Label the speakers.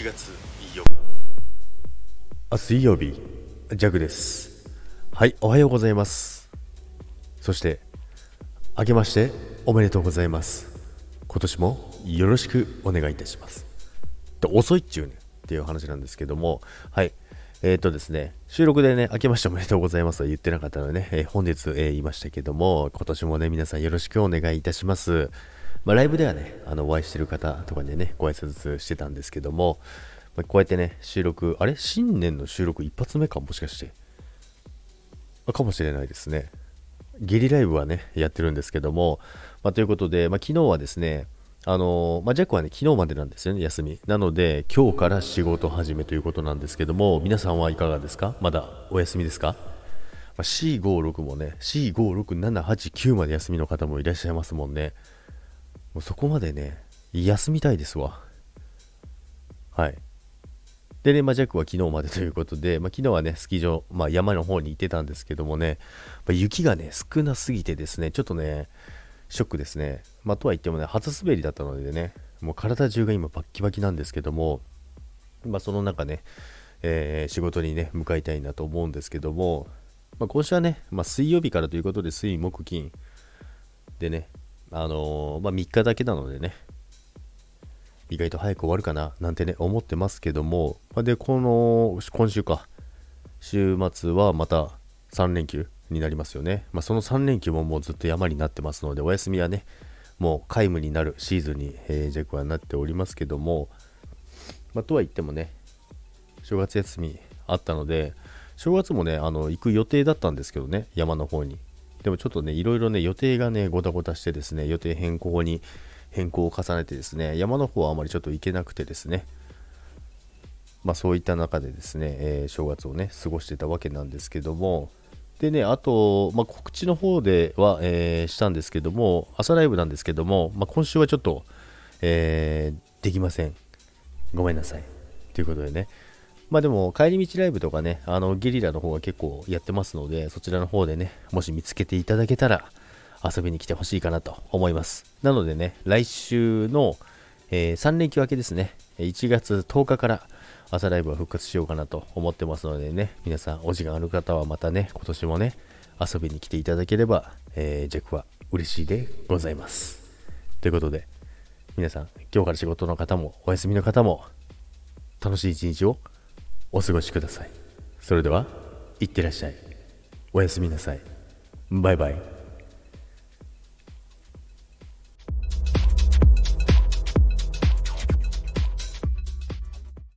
Speaker 1: 1月水曜日、ジャグです。はい、おはようございます。そして明けましておめでとうございます。今年もよろしくお願いいたします。遅いっちゅうねっていう話なんですけども、はい、ですね、収録でね、明けましておめでとうございますとは言ってなかったのでね、本日、言いましたけども、今年もね、皆さんよろしくお願いいたします。ライブではね、お会いしてる方とかにね、ご挨拶してたんですけども、こうやってね、収録、新年の収録一発目かもしかして。かもしれないですね。ゲリライブはね、やってるんですけども、ということで、昨日はですね、ジャックはね、昨日までなんですよね、休み。なので、今日から仕事始めということなんですけども、皆さんはいかがですか？まだお休みですか？456もね、45678 9まで休みの方もいらっしゃいますもんね。もうそこまでね、休みたいですわ。はい。でね、ジャックは昨日までということで、昨日はね、スキー場、山の方に行ってたんですけどもね、雪がね、少なすぎてですね、ちょっとね、ショックですね。とは言ってもね、初滑りだったのでね、もう体中が今バッキバキなんですけども、その中ね、仕事にね、向かいたいなと思うんですけども、今週はね、水曜日からということで、水木金でね、3日だけなのでね、意外と早く終わるかななんてね思ってますけども、で今週か週末はまた3連休になりますよね。その3連休ももうずっと山になってますので、お休みはねもう皆無になるシーズンに、ジャックはなっておりますけども、とは言ってもね、正月休みあったので、正月もね行く予定だったんですけどね、山の方に。でもちょっとねいろいろね予定がねごたごたしてですね、予定変更を重ねてですね、山の方はあまりちょっと行けなくてですね、そういった中でですね、正月をね過ごしてたわけなんですけども、でね、あと、告知の方では、したんですけども、朝ライブなんですけども、今週はちょっと、できません。ごめんなさい。ということでね、でも帰り道ライブとかね、ゲリラの方は結構やってますので、そちらの方でね、もし見つけていただけたら遊びに来てほしいかなと思います。なのでね、来週の、3連休明けですね、1月10日から朝ライブは復活しようかなと思ってますのでね、皆さんお時間ある方はまたね、今年もね、遊びに来ていただければ、ジャックは嬉しいでございます。ということで、皆さん、今日から仕事の方もお休みの方も楽しい一日をお過ごしください。それでは、いってらっしゃい。おやすみなさい。バイバイ。